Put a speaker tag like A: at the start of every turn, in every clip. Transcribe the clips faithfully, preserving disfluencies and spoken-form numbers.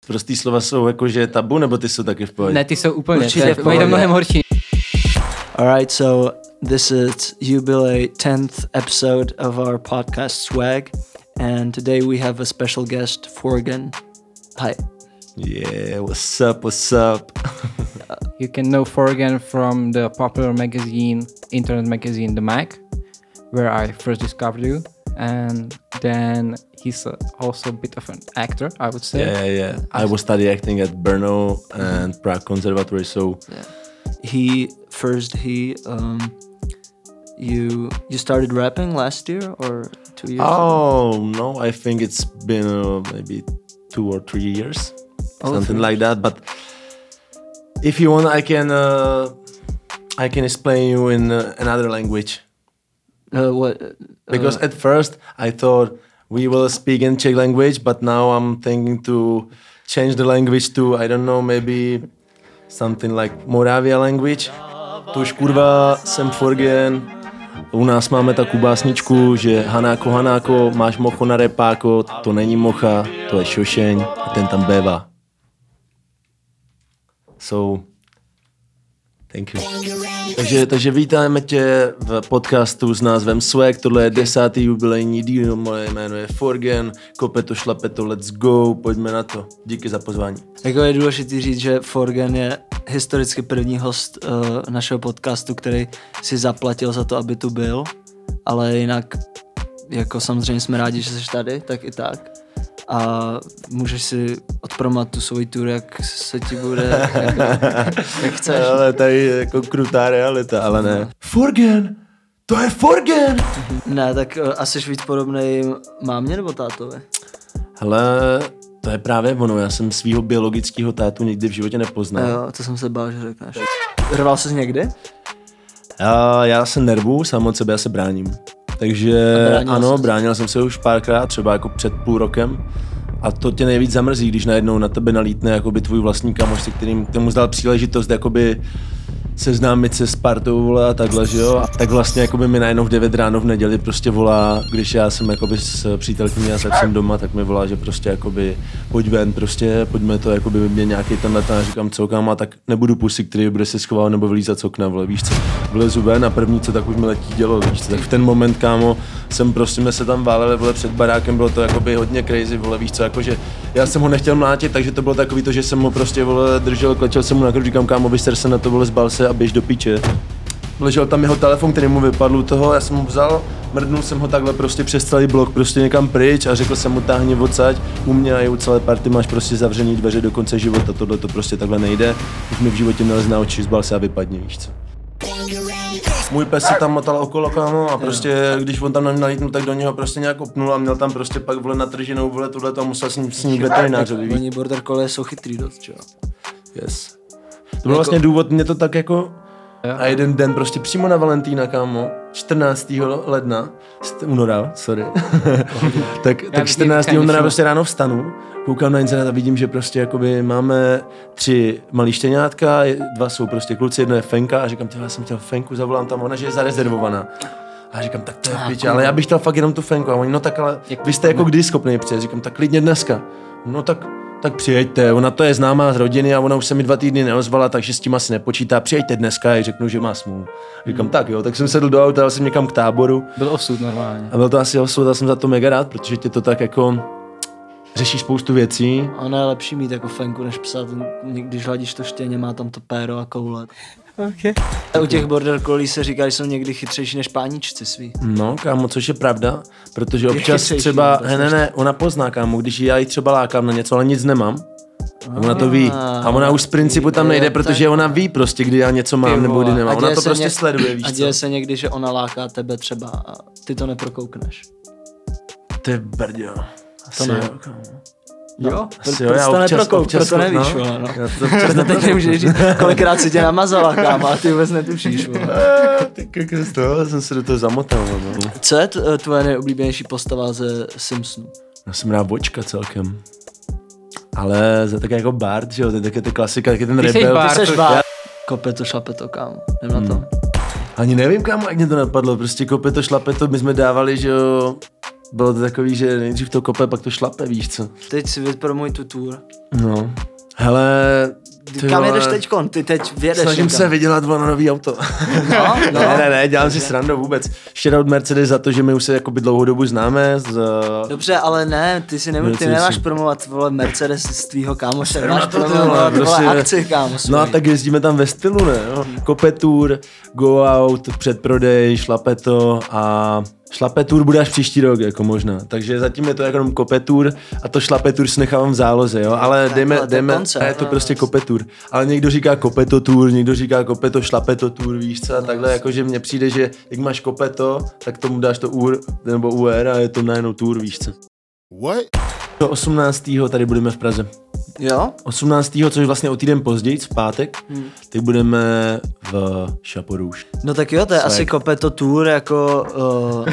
A: Prostý slova jsou jakože tabu, nebo ty jsou taky v pohodě?
B: Ne, ty jsou úplně,
C: Určitě v
B: mají
C: pohodě.
B: to mnohem horší.
C: Alright, so this is jubilee tenth episode of our podcast Swag, and today we have a special guest, Forgan. Hi.
A: Yeah, what's up, what's up?
B: You can know Forgan from the popular magazine, internet magazine, The Mag, where I first discovered you, and then he's uh, also a bit of an actor, I would say.
A: Yeah, yeah. I was studying acting at Brno and Prague Conservatory, so...
C: Yeah. He, first he, um, you you started rapping last year or two years
A: Oh, ago? No, I think it's been uh, maybe two or three years, oh, something like that, but if you want, I can, uh, I can explain you in uh, another language.
C: Uh, what? Uh,
A: Because at first I thought we will speak in Czech language, but now I'm thinking to change the language to, I don't know, maybe something like Moravia language. Tož kurva, jsem Forgan. U nás máme takovou básničku, že Hanáko, Hanáko, máš mocho na repáko, to není mocha, to je šošeň a ten tam bévá. So, thank you. Takže, takže vítáme tě v podcastu s názvem Swag, tohle je desátý jubilejní díl, moje jméno je Forgan, kope to, šlape to, let's go, pojďme na to. Díky za pozvání.
C: Jako je důležité říct, že Forgan je historicky první host uh, našeho podcastu, který si zaplatil za to, aby tu byl, ale jinak jako samozřejmě jsme rádi, že jsi tady, tak i tak. A můžeš si odpromovat tu svůj tour, jak se ti bude, jako, jak chceš.
A: Ale tady je jako krutá realita, ale ne. Forgan! To je Forgan!
C: Ne, tak uh, asi jsi víc podobnej mámě nebo tátovi?
A: Hele, to je právě ono, já jsem svýho biologického tátu nikdy v životě nepoznal.
C: Jo, to jsem se bál, že řekneš. Rval jsi někdy?
A: Já, já se nervu, sám od sebe, já se bráním. Takže bránil ano, jsi. bránil jsem se už párkrát, třeba jako před půl rokem. A to tě nejvíc zamrzí, když najednou na tebe nalítne jakoby tvůj vlastní kamoš, se kterým tomu zdal příležitost jakoby seznámit se s partou, vole, a takhle, že jo. A tak vlastně jakoby mi najednou v devět ráno v neděli prostě volá, když já jsem jakoby s přítelkyní a tak jsem doma, tak mi volá, že prostě jakoby pojď ven, prostě pojďme to, jakoby mě nějaký tenhle a říkám co kámo, tak nebudu pusy, který bude se schovávat nebo vylízat z okna, vole, víš co. Vlezu ven a první co, tak už mi letí dělo, víš co. Tak v ten moment, kámo, jsem prostě jsme se tam váleli, vole, před barákem, bylo to jakoby hodně crazy, vole, víš co, jakože já jsem ho nechtěl mlátit, takže to bylo takový to, že jsem ho prostě, vole, držel, klečel jsem mu na krk, říkám kámo, vyster se na to, vole, zbal se a běž do piče. Ležel tam jeho telefon, který mu vypadl u toho, já jsem ho vzal, mrdnul jsem ho takhle prostě přes celý blok, prostě někam pryč a řekl jsem mu táhni odsaď, u mě a i u celé party máš prostě zavřený dveře do konce života, tohle to prostě takhle nejde, už mi v životě nelez na oči, zbal se a vypadni, víš co. Můj pes se tam motal okolo, kámo, a prostě, když on tam na mě nalítnul, tak do něho prostě nějak opnul a měl tam prostě pak, vole, natrženou, vole, tohleto a musel s ním, s ním veterinářovi, víš.
C: Oni border collie jsou chytrý dost, čo?
A: Yes. To byl vlastně důvod, mě to tak jako... A jeden den prostě přímo na Valentína, kámo, čtrnáctého ledna, února, sorry, tak, tak čtrnáctého února prostě ráno vstanu, koukám na internet a vidím, že prostě jakoby máme tři malý štěňátka, dva jsou prostě kluci, jedno je Fenka a říkám, tyhle, já jsem chtěl Fenku, zavolám tam, ona, že je zarezervovaná. A říkám, tak to je piče, ale já bych chtěl fakt jenom tu Fenku. A oni, no tak ale vy jste jako kdy schopný přijet? Říkám, tak klidně dneska. No tak tak přijeďte, ona to je známá z rodiny a ona už se mi dva týdny neozvala, takže s tím asi nepočítá, přijeďte dneska a řeknu, že má smůlu. Říkám, tak jo, tak jsem sedl do auta, dal jsem někam k táboru.
B: Byl osud normálně.
A: A byl to asi osud a jsem za to mega rád, protože tě to tak jako řeší spoustu věcí.
C: Ono je lepší mít jako Fenku, než psát, když hladíš to štěně, má tam to péro a koule.
B: Okay.
C: A u těch border collie se říká, že jsou někdy chytřejší než páničci svý.
A: No, kámo, což je pravda, protože občas třeba, ne, ne, ne, ona pozná, kámo, když já ji třeba lákám na něco, ale nic nemám, a ona to ví. A ona už z principu tam nejde, protože ona ví prostě, kdy já něco mám nebo kdy nemám. Ona to prostě ně... sleduje, víš co?
C: A děje se někdy, že ona láká tebe třeba a ty to neprokoukneš.
A: Ty brďo.
C: To ne.
A: Jo, kámo.
C: No,
A: jo,
C: proto to neprokouk, proto nevíš, no. no. Proto teď nemůžeš říct, kolikrát si tě namazala, kámo, a ty vůbec netušíš, vole.
A: Ty kakos z toho, jsem se do toho zamotal, no.
C: Co je t- tvoje nejoblíbenější postava ze Simpsonů?
A: Já jsem rád Bočka celkem. Ale za tak jako Bart, že jo, to je taky ty klasika, taky ten
B: ty
A: rebel.
B: Bart,
C: ty seš Bart. Kope to, šlape to, kámo, jdem na to.
A: Ani nevím, kámo, jak mě to napadlo, prostě kope to, šlape to, my jsme dávali, že jo, bylo to takový, že nejdřív to kope, pak to šlape, víš co.
C: Teď si vypromuj tu tour.
A: No, hele...
C: Ty kam jedeš teďkon? Ty teď vědeš.
A: Snažím se vydělat na nový auto.
C: No, no.
A: ne, ne, ne, dělám si srandu vůbec. Shoutout Mercedes za to, že my už se jakoby dlouhou dobu známe. Z...
C: Dobře, ale ne, ty si nemůžeš, ty nemáš promovat vole Mercedes z tvýho kámoše, máš
A: to,
C: promovat
A: prostě,
C: vole akci kámoš.
A: No a tak jezdíme tam ve stylu, ne? No. Kope tour, go out, předprodej, šlape to a šlape tour bude až příští rok, jako možná. Takže zatím je to jenom kope tour a to šlape tour si nechávám v záloze, jo. Ale
C: tak,
A: dejme,
C: ale
A: dejme,
C: koncert,
A: je to
C: no,
A: prostě
C: no,
A: kope tour. Ale někdo říká kopeto tour, někdo říká kopeto šlapeto tour, víš co, a takhle, jakože mně přijde, že jak máš kopeto, tak tomu dáš to ur, nebo ur a je to najednou tour, víš co. What? Do osmnáctého tady budeme v Praze.
C: Jo?
A: osmnáctého což vlastně o týden později, v pátek, hmm. teď budeme v Chapeau.
C: No tak jo, to je Swag. Asi kopeto tour, jako... Uh...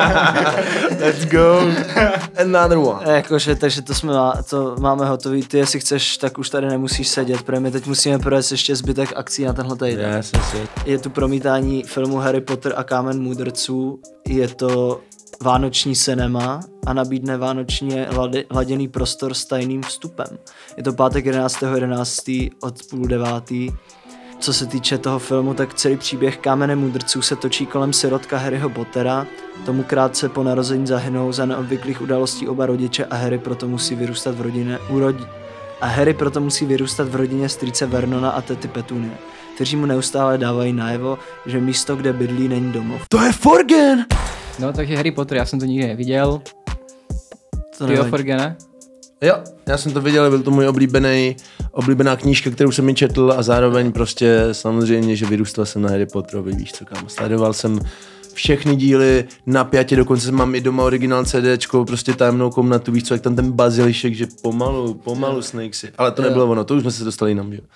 A: Let's go. Another one.
C: Jakože, takže to, jsme, to máme hotový. Ty, jestli chceš, tak už tady nemusíš sedět, protože my teď musíme provést ještě zbytek akcí na tenhle týden.
A: Yes, yes, yes.
C: Je tu promítání filmu Harry Potter a Kámen mudrců. Je to vánoční cinema a nabídne vánočně laděný prostor s tajným vstupem. Je to pátek jedenáctého jedenáctého od půl devátý. Co se týče toho filmu, tak celý příběh Kámene mudrců se točí kolem sirotka Harryho Pottera. Tomu krátce po narození zahynou za neobvyklých událostí oba rodiče a Harry proto musí vyrůstat v rodině urodi... a Harry proto musí vyrůstat v rodině strýce Vernona a tety Petunie, kteří mu neustále dávají najevo, že místo, kde bydlí, není domov.
A: To je Forgen!
B: No, takže Harry Potter, já jsem to nikdy neviděl.
C: To
B: Ty jo, Forgene?
A: Jo, já jsem to viděl, byl to můj oblíbený, oblíbená knížka, kterou jsem mi četl a zároveň prostě samozřejmě, že vyrůstal jsem na Harry Potterovi, víš co, kam. Sledoval jsem všechny díly napjatě, dokonce mám i doma originál CDčko, prostě tajemnou komnatu, víš co, jak tam ten bazilišek, že pomalu, pomalu Snakesy. Ale to nebylo ono, to už jsme se dostali jinam, že jo.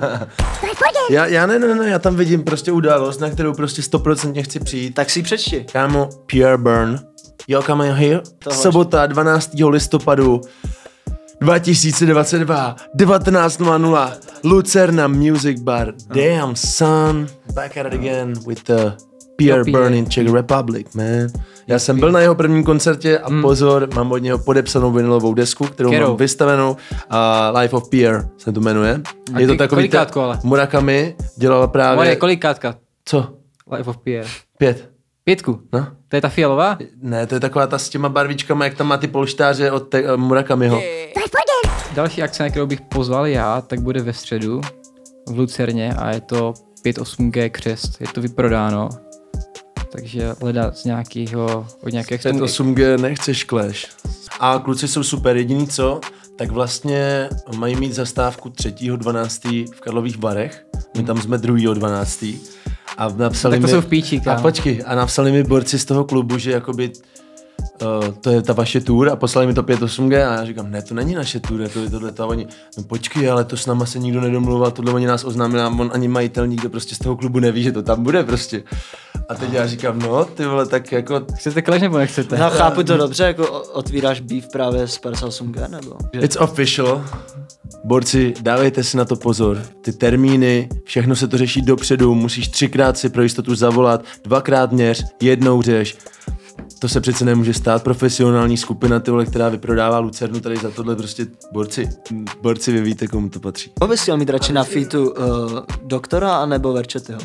A: já, já ne, ne, ne, já tam vidím prostě událost, na kterou prostě stoprocentně chci přijít.
C: Tak si ji přečti.
A: Kámo, Pierre Byrne. Jo, come here. Tohle. Sobota, dvanáctého listopadu dva tisíce dvacet dva, devatenáct nula nula, Lucerna Music Bar. Damn, son. Back at it again with the Pierre Byrne in Czech Republic, man. Já jsem byl na jeho prvním koncertě a pozor, mám od něho podepsanou vinylovou desku, kterou Kerou. mám vystavenou. Uh, Life of Pierre se to jmenuje.
B: A
A: je to takový
B: kolikátko, ale?
A: Murakami dělala právě...
B: Moje, kolikátka?
A: Co?
B: Life of Pierre.
A: Pět.
B: Pětku?
A: No.
B: To je ta fialová?
A: Ne, to je taková ta s těma barvičkama, jak tam má ty polštáře od te- uh, Murakamiho.
B: Další akce, na kterou bych pozval já, tak bude ve středu v Lucerně a je to pět osm G křest. Je to vyprodáno. Takže hledat z nějakého, od nějakého...
A: pět osm G nechceš Clash. A kluci jsou super, jediný co, tak vlastně mají mít zastávku třetího dvanáctého v Karlových Varech. My tam jsme druhého dvanáctého A napsali
B: tak to
A: mi...
B: jsou v píči, kámo.
A: A počkej, a napsali mi borci z toho klubu, že jakoby... Uh, to je ta vaše tour a poslali mi to pět osm G a já říkám, ne, to není naše tour, to je tohle, to oni, no počkej, ale to s náma se nikdo nedomluval, tohle oni nás oznámili a on ani majitel, nikdo prostě z toho klubu neví, že to tam bude prostě. A teď já říkám, no, ty vole, tak jako...
B: Chcete Clash nebo nechcete?
C: No, chápu to dobře, jako otvíráš beef právě s padesát osm G, nebo?
A: It's official. Borci, dávejte si na to pozor. Ty termíny, všechno se to řeší dopředu, musíš třikrát si pro jistotu zavolat, dvakrát měř, jednou řeš. To se přece nemůže stát, profesionální skupina, ty vole, která vyprodává Lucernu tady za tohle prostě borci, borci vy víte, komu to patří.
C: Kdo bys chtěl mít radši na featu, uh, doktora anebo Verčetyho?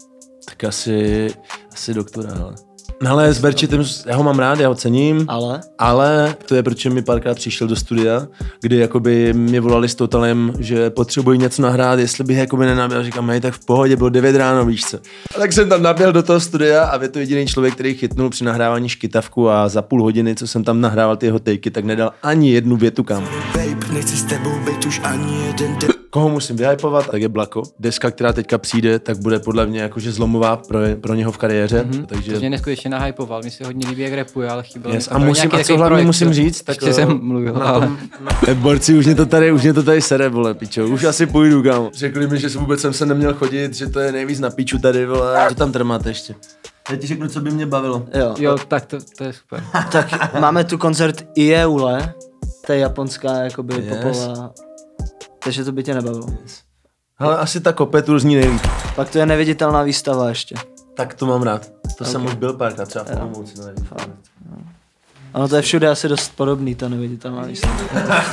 A: Tak asi, asi doktora, hele. Ale s Verčetym, já ho mám rád, já ho cením,
C: ale?
A: ale to je proč mi párkrát přišel do studia, kdy jakoby mě volali s Totalem, že potřebuji něco nahrát, jestli bych jakoby nenaběl, říkám, hej, tak v pohodě, bylo devět ráno, víš co. A tak jsem tam naběhl do toho studia a je to jediný člověk, který chytnul při nahrávání škytavku a za půl hodiny, co jsem tam nahrával ty jeho takey, tak nedal ani jednu větu, kam. Babe, nechci s tebou být už ani jeden de- Koho musím vyhypovat, tak je Blako. Deska, která teďka přijde, tak bude podle mě jakože zlomová pro, pro něho v kariéře.
B: Mm-hmm.
A: Takže...
B: To mě neskutečně nahypoval, mi se hodně líbí, jak rapuje, ale chybělo
A: yes. A musím, a co hlavně projekt, musím říct, tak
B: ještě jsem mluvil,
A: na
B: ale...
A: tom, na... Borci, už mě to tady, už mě to tady sere, vole, pičo, už asi půjdu, kámo. Řekli mi, že vůbec jsem se neměl chodit, že to je nejvíc na piču tady, vole. Co tam trmáte ještě? Já ti řeknu, co by mě bavilo.
C: Jo,
B: jo tak to, to je super.
C: Tak máme tu koncert Ieule, to je japonská, jakoby yes. popová, takže to by tě nebavilo. Yes.
A: Ale asi ta kopetu zní nejvíc.
C: Pak to je neviditelná výstava ještě.
A: Tak to mám rád. To okay. jsem už byl párkrát, třeba v Olomouci, nevím.
C: Ano, to je všude asi dost podobný, ta neviditelná výstava.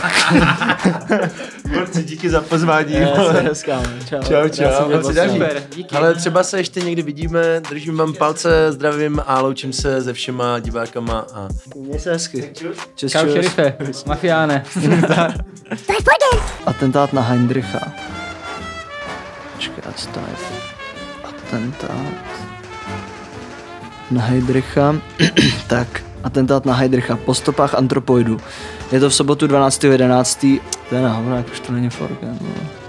A: Borci, díky za pozvání.
C: Čau, čau.
A: Čau, čau.
B: Super, díky.
A: Ale třeba se ještě někdy vidíme, držím vám palce, zdravím a loučím se se všema divákama. A...
C: Měj se hezky. Čus,
B: Čau,
C: čus.
B: šerife, mafiáne.
C: Atentát na Heindricha. Počkej, a co to je? Atentát na Heindricha. Tak, atentát na Heindricha po stopách antropoidů. Je to v sobotu dvanáctého jedenáctého To je na hovno, jak už to není Forgan.